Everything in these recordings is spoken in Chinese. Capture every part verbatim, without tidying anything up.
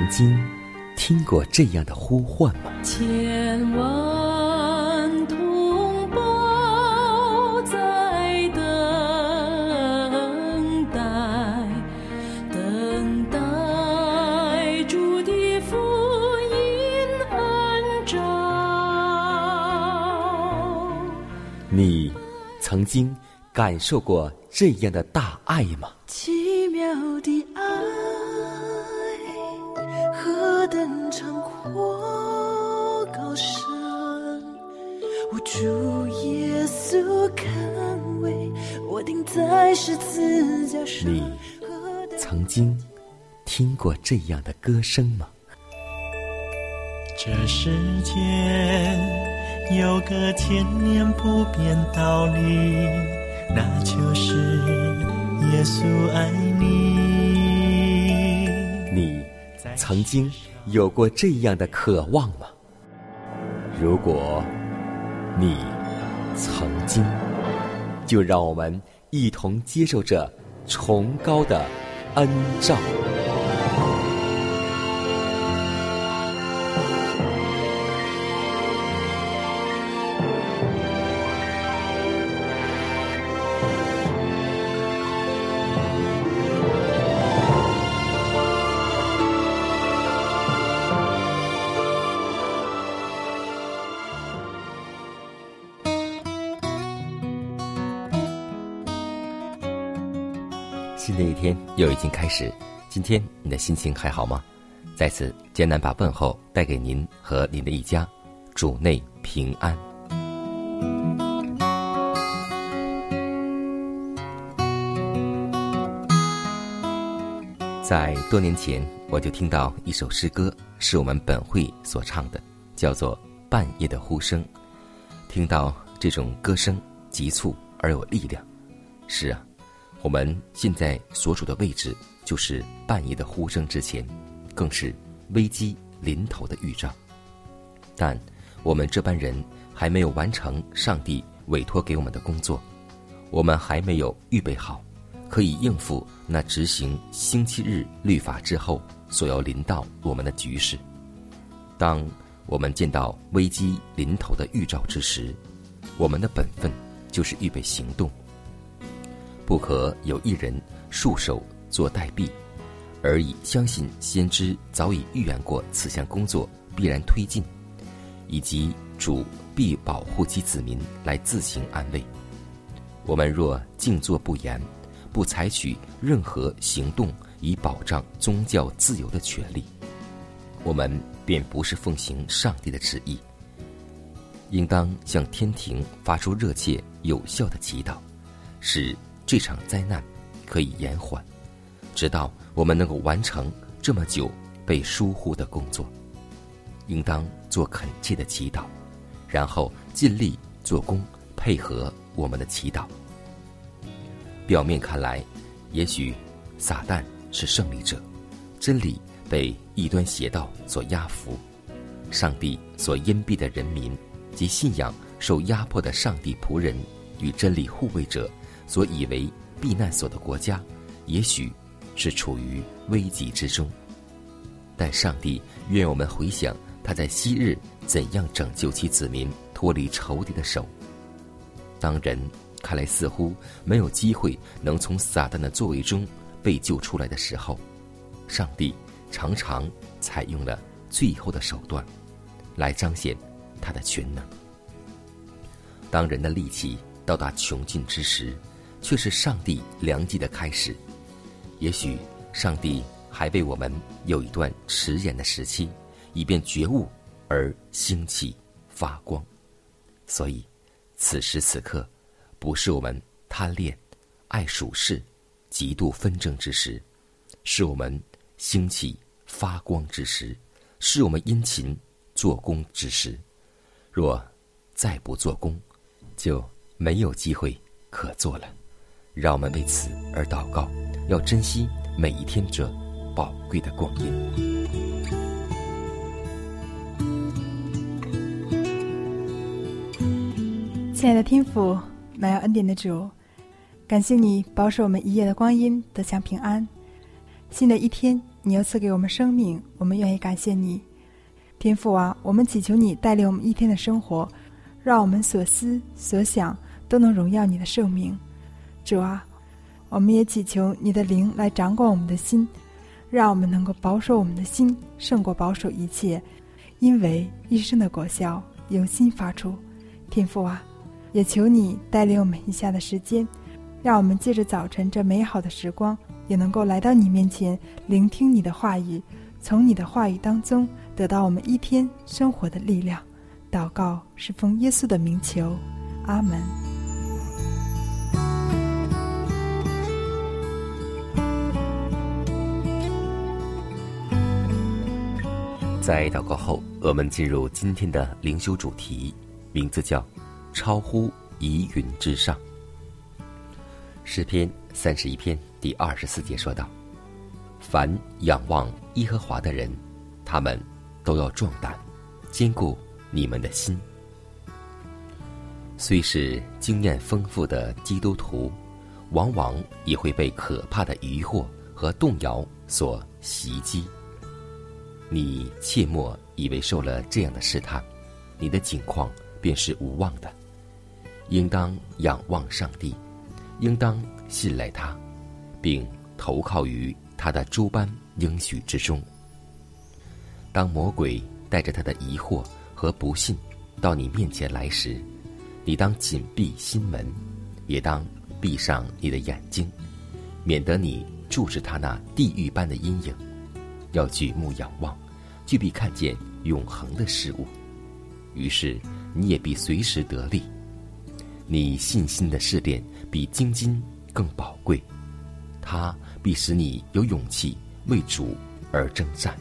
曾经听过这样的呼唤吗？ 千万同胞在等待，等待主的福音恩召。 你曾经感受过这样的大爱吗？ 奇妙的爱，何等长阔高深，我主耶稣看为我钉在十字架上。 你曾经听过这样的歌声吗？ 这世间有个千年不变道理，那就是耶稣爱你。 你曾经有过这样的渴望吗？如果你曾经，就让我们一同接受这崇高的恩召。新的一天又已经开始，今天你的心情还好吗？在此艰难把问候带给您和您的一家，主内平安。在多年前我就听到一首诗歌，是我们本会所唱的，叫做《半夜的呼声》。听到这种歌声急促而有力量。是啊，我们现在所处的位置就是半夜的呼声之前，更是危机临头的预兆。但我们这班人还没有完成上帝委托给我们的工作，我们还没有预备好可以应付那执行星期日律法之后所要临到我们的局势。当我们见到危机临头的预兆之时，我们的本分就是预备行动。不可有一人束手做待毙，而以相信先知早已预言过此项工作必然推进，以及主必保护其子民来自行安慰。我们若静坐不言，不采取任何行动以保障宗教自由的权利，我们便不是奉行上帝的旨意。应当向天庭发出热切有效的祈祷，使这场灾难可以延缓，直到我们能够完成这么久被疏忽的工作。应当做恳切的祈祷，然后尽力做工，配合我们的祈祷。表面看来，也许撒旦是胜利者，真理被异端邪道所压服，上帝所荫蔽的人民及信仰受压迫的上帝仆人与真理护卫者所以为避难所的国家，也许是处于危急之中。但上帝愿我们回想他在昔日怎样拯救其子民脱离仇敌的手。当人看来似乎没有机会能从撒旦的作为中被救出来的时候，上帝常常采用了最后的手段来彰显他的全能。当人的力气到达穷尽之时，却是上帝良机的开始。也许上帝还为我们有一段迟延的时期，以便觉悟而兴起发光。所以此时此刻不是我们贪恋爱属世极度纷争之时，是我们兴起发光之时，是我们殷勤做工之时。若再不做工，就没有机会可做了。让我们为此而祷告，要珍惜每一天这宝贵的光阴。 亲爱的天父，满有恩典的主，感谢你保守我们一夜的光阴得享平安。新的一天你又赐给我们生命，我们愿意感谢你。天父啊，我们祈求你带领我们一天的生活，让我们所思所想都能荣耀你的圣名。主啊，我们也祈求你的灵来掌管我们的心，让我们能够保守我们的心胜过保守一切，因为一生的果效由心发出。天父啊，也求你带领我们以下的时间，让我们借着早晨这美好的时光，也能够来到你面前，聆听你的话语，从你的话语当中得到我们一天生活的力量。祷告是奉耶稣的名求，阿门。 在祷告后，我们进入今天的灵修主题，名字叫超乎疑云之上。诗篇三十一篇第二十四节说道：凡仰望耶和华的人，他们都要壮胆，坚固你们的心。虽是经验丰富的基督徒，往往也会被可怕的疑惑和动摇所袭击。你切莫以为受了这样的试探，你的境况便是无望的。应当仰望上帝，应当信赖他，并投靠于他的诸般应许之中。当魔鬼带着他的疑惑和不信到你面前来时，你当紧闭心门，也当闭上你的眼睛，免得你注视他那地狱般的阴影。要举目仰望，就必看见永恒的事物，于是你也必随时得力。你信心的试炼比精金更宝贵，它必使你有勇气为主而征战。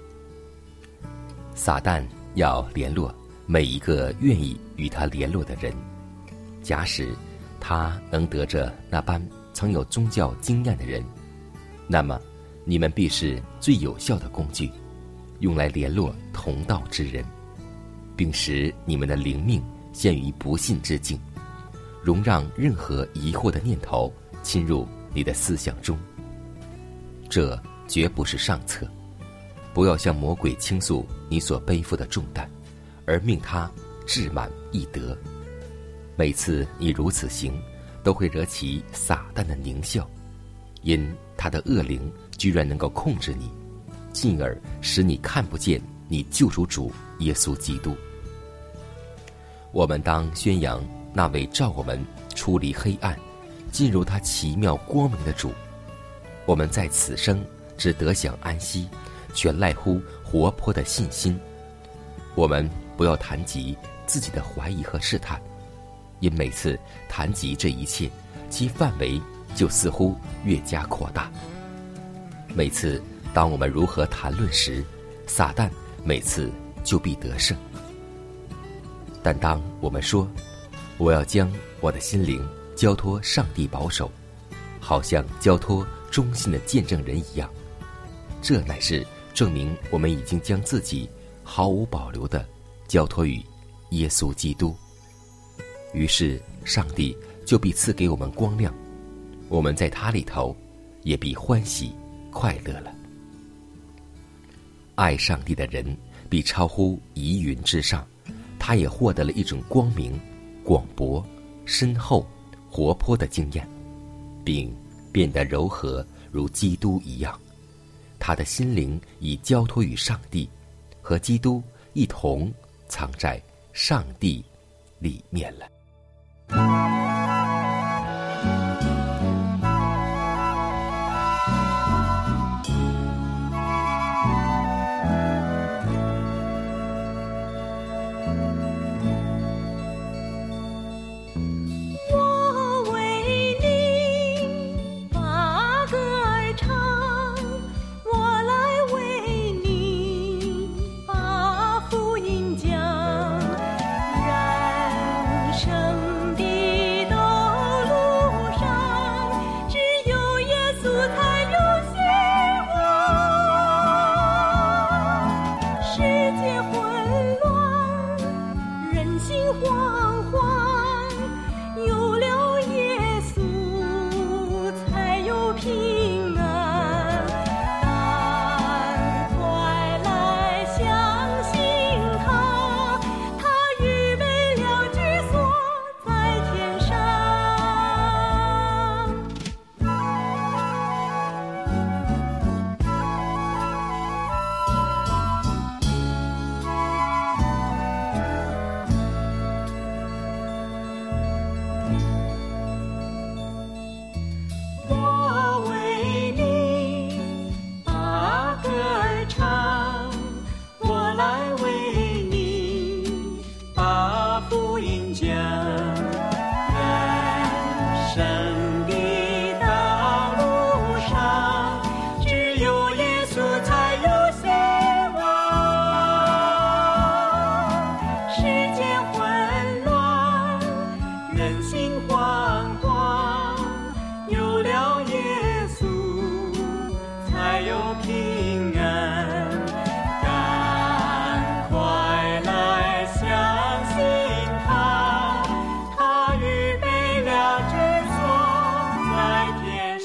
撒旦要联络每一个愿意与他联络的人，假使他能得着那般曾有宗教经验的人，那么你们必是最有效的工具，用来联络同道之人，并使你们的灵命陷于不信之境，容让任何疑惑的念头侵入你的思想中。这绝不是上策。不要向魔鬼倾诉你所背负的重担，而命他志满意得。每次你如此行，都会惹起撒旦的狞笑，因他的恶灵居然能够控制你，进而使你看不见你救赎主耶稣基督。我们当宣扬那位召我们出离黑暗，进入他奇妙光明的主。我们在此生只得享安息，全赖乎活泼的信心。我们不要谈及自己的怀疑和试探，因每次谈及这一切，其范围就似乎越加扩大。每次当我们如何谈论时，撒旦每次就必得胜。但当我们说我要将我的心灵交托上帝保守，好像交托忠心的见证人一样，这乃是证明我们已经将自己毫无保留地交托于耶稣基督。于是上帝就必赐给我们光亮，我们在他里头也必欢喜快乐了。爱上帝的人必超乎疑云之上，他也获得了一种光明、广博、深厚、活泼的经验，并变得柔和如基督一样。他的心灵已交托于上帝，和基督一同藏在上帝里面了。 平安，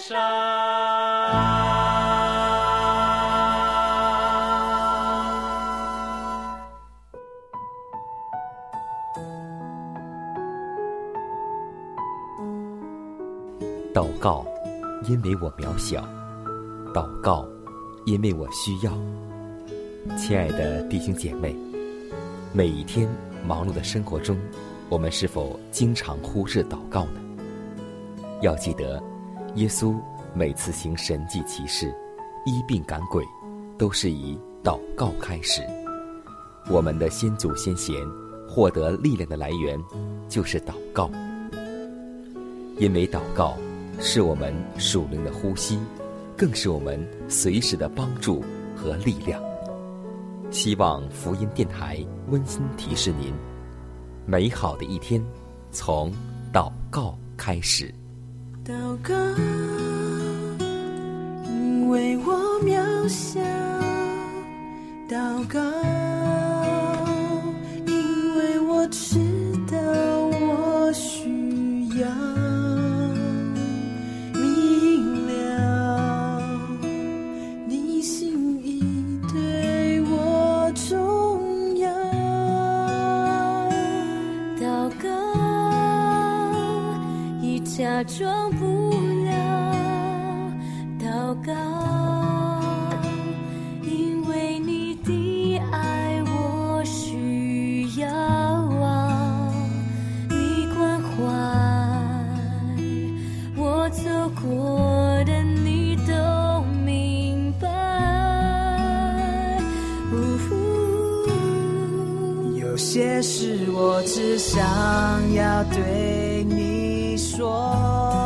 上。 祷告，因为我渺小；祷告，因为我需要。亲爱的弟兄姐妹，每一天忙碌的生活中，我们是否经常忽视祷告呢？要记得，耶稣每次行神迹奇事、医病赶鬼，都是以祷告开始。我们的先祖先贤获得力量的来源，就是祷告。因为祷告是我们属灵的呼吸，更是我们随时的帮助和力量。希望福音电台温馨提示您，美好的一天从祷告开始。 祷告，因为我渺小；祷告，因为我知道我需要。明了你心意对我重要。 祷告，已假装不了。祷告，因为你的爱我需要啊。你关怀我走过的，你都明白。 有些事我只想要对你说，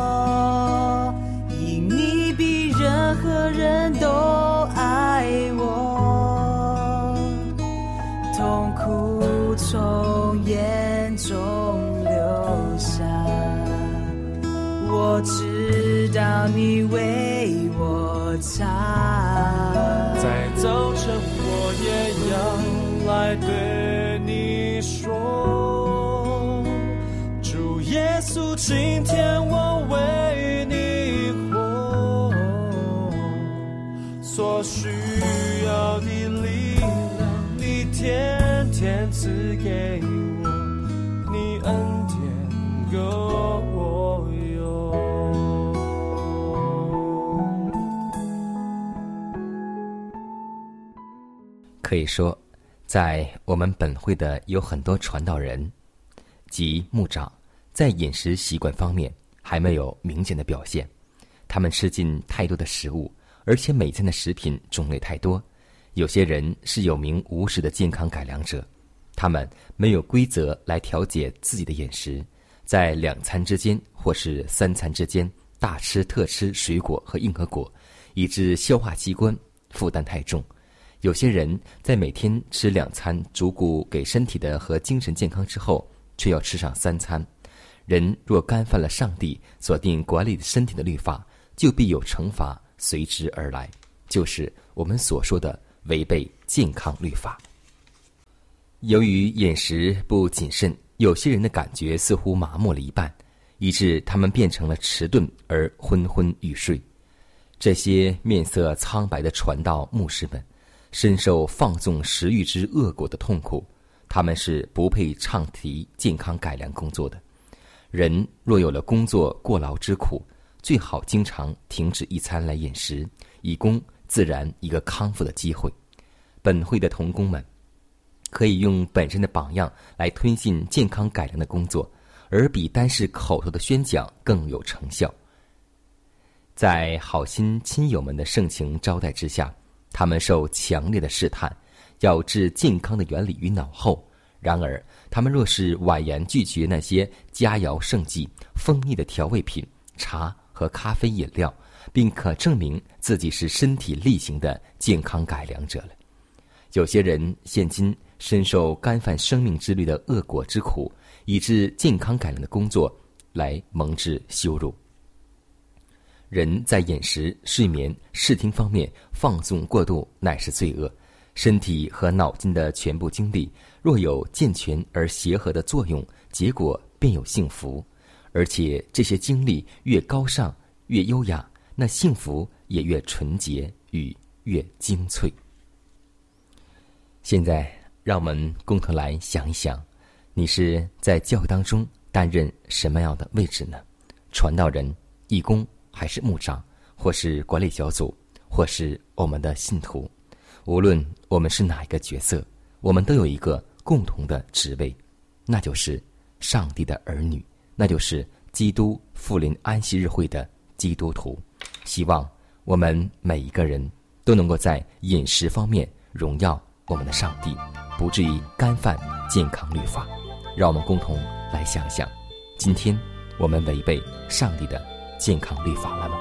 因你比任何人都爱我，痛苦从眼中流下，我知道你为我擦。 在早晨我也要来对你说，主耶稣，今天我为你活，所需要的力量你天天赐给我，你恩典够我用。 可以说，在我们本会的有很多传道人及牧长，在饮食习惯方面还没有明显的表现。他们吃进太多的食物，而且每餐的食品种类太多。有些人是有名无实的健康改良者，他们没有规则来调节自己的饮食，在两餐之间或是三餐之间大吃特吃水果和硬核果，以致消化器官负担太重。有些人在每天吃两餐足顾给身体的和精神健康之后，却要吃上三餐。人若干犯了上帝所定管理身体的律法，就必有惩罚随之而来，就是我们所说的违背健康律法。由于饮食不谨慎，有些人的感觉似乎麻木了一半，以致他们变成了迟钝而昏昏欲睡。这些面色苍白的传道牧师们深受放纵食欲之恶果的痛苦，他们是不配畅提健康改良工作的。人若有了工作过劳之苦，最好经常停止一餐来饮食，以供自然一个康复的机会。本会的同工们可以用本身的榜样来推进健康改良的工作，而比单是口头的宣讲更有成效。在好心亲友们的盛情招待之下，他们受强烈的试探，要置健康的原理于脑后。然而他们若是婉言拒绝那些佳肴盛剂、丰腻的调味品、茶和咖啡饮料，并可证明自己是身体力行的健康改良者了。有些人现今深受干犯生命之律的恶果之苦，以致健康改良的工作来蒙致羞辱。人在饮食、睡眠、视听方面放纵过度，乃是罪恶。身体和脑筋的全部精力若有健全而协和的作用，结果便有幸福。而且这些精力越高尚越优雅， 那幸福也越纯洁与越精粹。现在让我们共同来想一想，你是在教会当中担任什么样的位置呢？传道人、义工，还是牧长，或是管理小组，或是我们的信徒？无论我们是哪一个角色，我们都有一个共同的职位，那就是上帝的儿女，那就是基督复临安息日会的基督徒。希望我们每一个人都能够在饮食方面荣耀我们的上帝，不至于干犯健康律法。让我们共同来想想，今天我们违背上帝的健康律法了吗？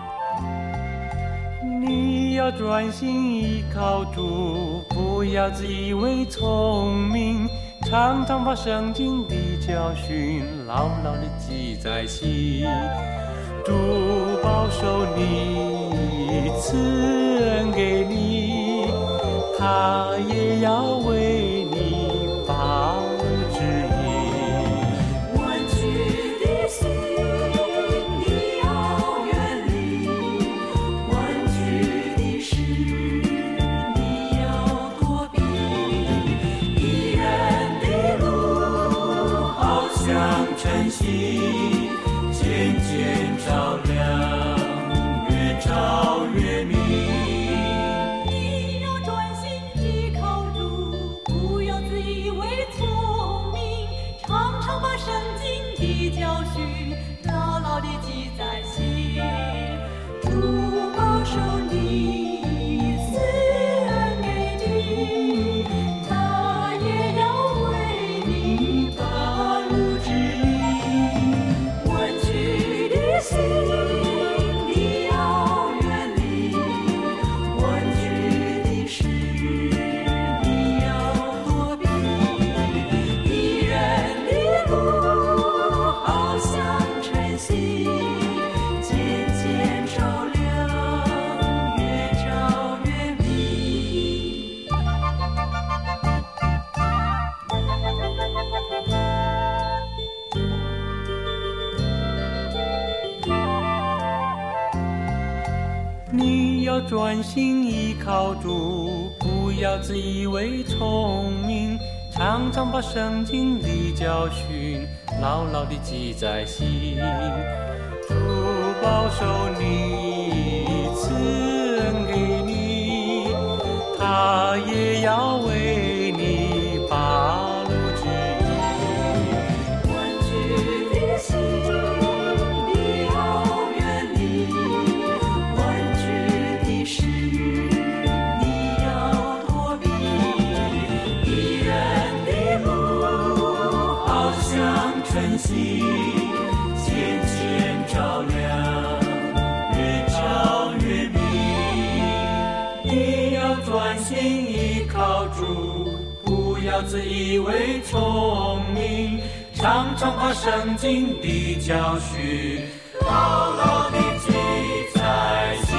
你要专心依靠主，不要自以为聪明，常常把圣经的教训牢牢地记在心。主保守你，赐恩给你，他也要为你把路指引。 弯曲的心你要远离，弯曲的事你要躲避，义人的路好像晨曦，渐渐照亮，越照越明。 你要专心依靠主，不要自以为聪明，常常把圣经的教训牢牢地记在心。主保守你，赐恩给你，他也要为你把路指引。 弯曲的心你要远离，弯曲的事你要躲避，义人的路好像晨曦，渐渐照亮，越照越明。 你要专心依靠主，不要自以为聪明，常常把圣经的教训牢牢地记在心。主保守你，赐恩给你，他也要为你把路指引。 弯曲的心你要远离，弯曲的事你要躲避，义人的路好像晨曦，渐渐照亮，越照越明。 你要专心依靠主，不要自以为聪明，常常把圣经的教训牢牢地记在心。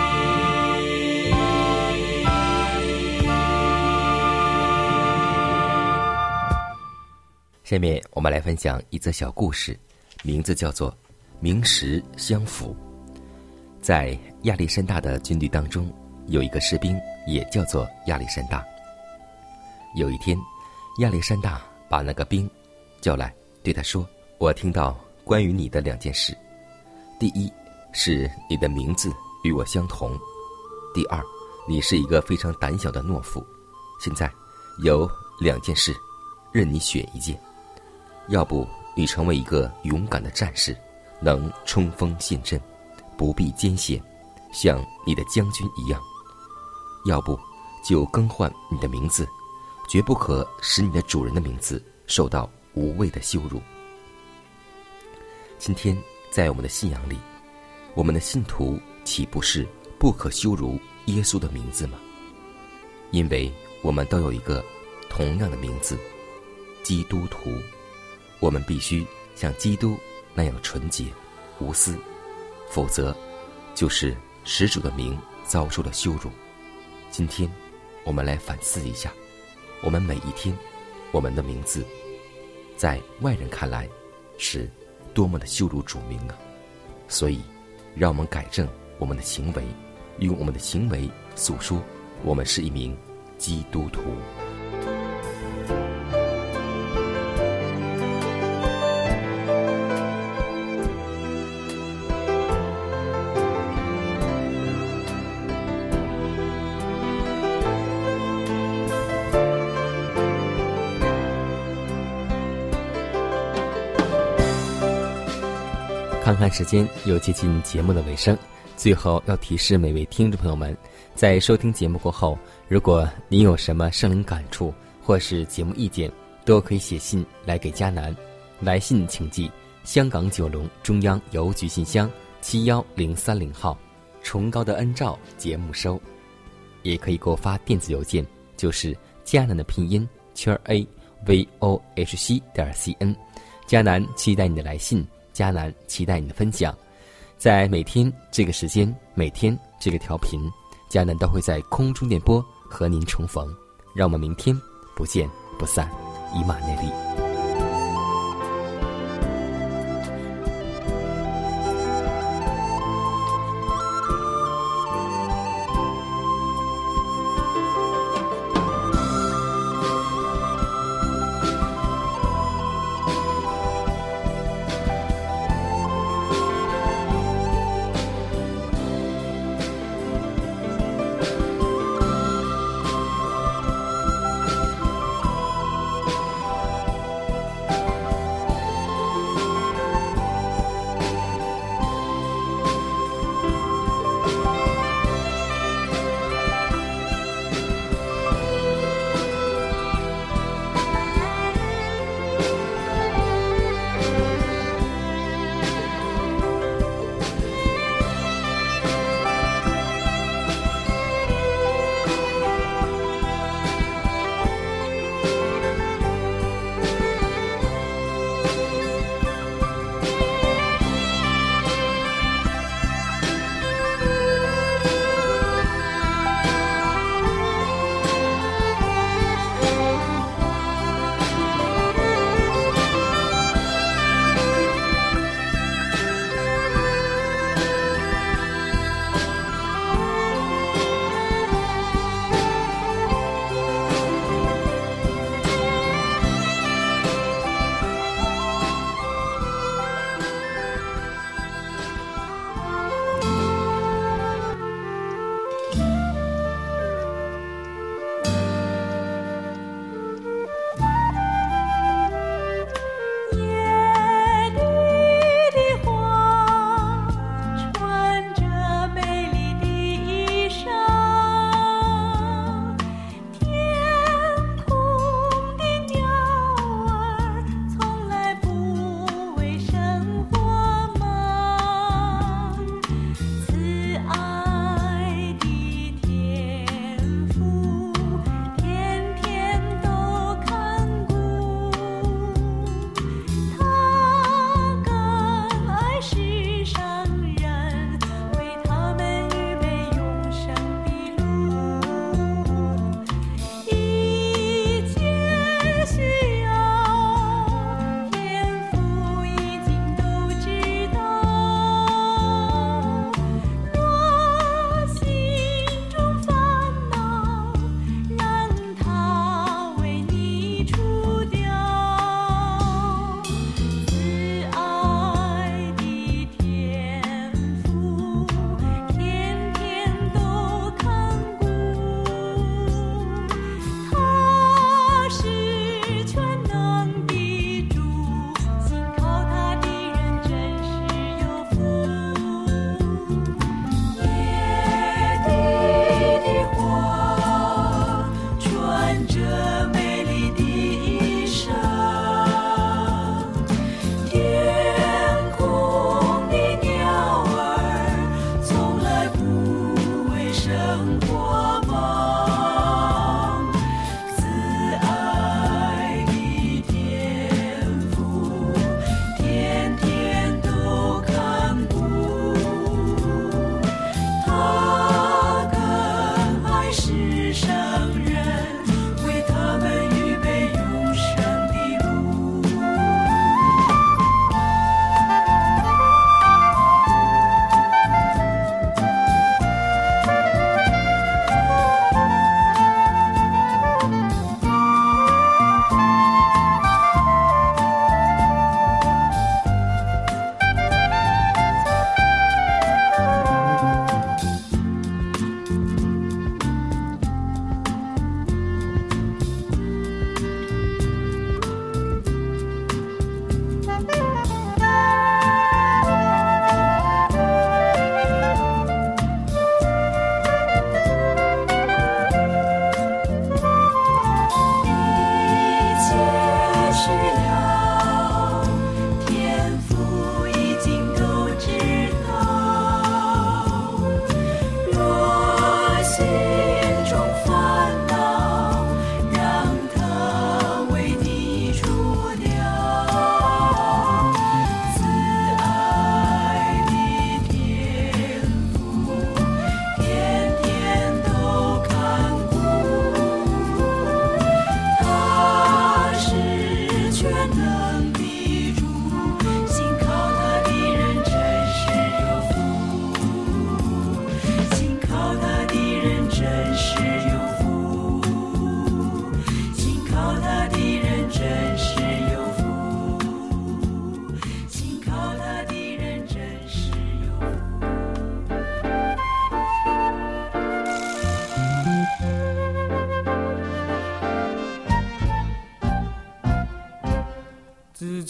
下面我们来分享一则小故事，名字叫做《名实相符》。在亚历山大的军队当中，有一个士兵也叫做亚历山大。有一天，亚历山大把那个兵叫来，对他说：我听到关于你的两件事，第一是你的名字与我相同，第二，你是一个非常胆小的懦夫。现在有两件事，任你选一件，要不你成为一个勇敢的战士，能冲锋陷阵，不避艰险，像你的将军一样；要不就更换你的名字，绝不可使你的主人的名字受到无谓的羞辱。今天在我们的信仰里，我们的信徒岂不是不可羞辱耶稣的名字吗？因为我们都有一个同样的名字，基督徒。我们必须像基督那样纯洁无私，否则就是使主的名遭受了羞辱。今天我们来反思一下，我们每一天我们的名字在外人看来是多么的羞辱主名啊！所以让我们改正我们的行为，用我们的行为诉说我们是一名基督徒。 看看时间，又接近节目的尾声，最后要提示每位听众朋友们，在收听节目过后，如果您有什么圣灵感触或是节目意见，都可以写信来给迦南。来信请寄香港九龙中央邮局信箱七一零三零号，崇高的恩照节目收。也可以给我发电子邮件，就是迦南的拼音圈 a v o h c 点 c n。迦南期待你的来信，迦南期待你的分享。在每天这个时间，每天这个调频，迦南都会在空中电波和您重逢。让我们明天不见不散，以马内利。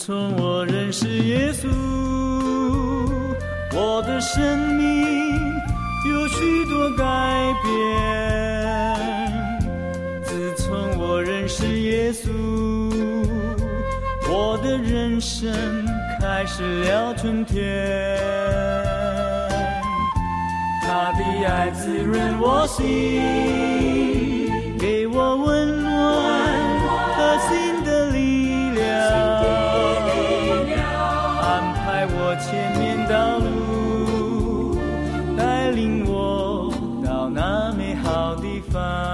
从我认识耶稣，我的生命有许多改变。自从我认识耶稣，我的人生开始了春天。他的爱滋润我心，给我温暖和新的力量，安排我前面道路，带领我到那美好地方。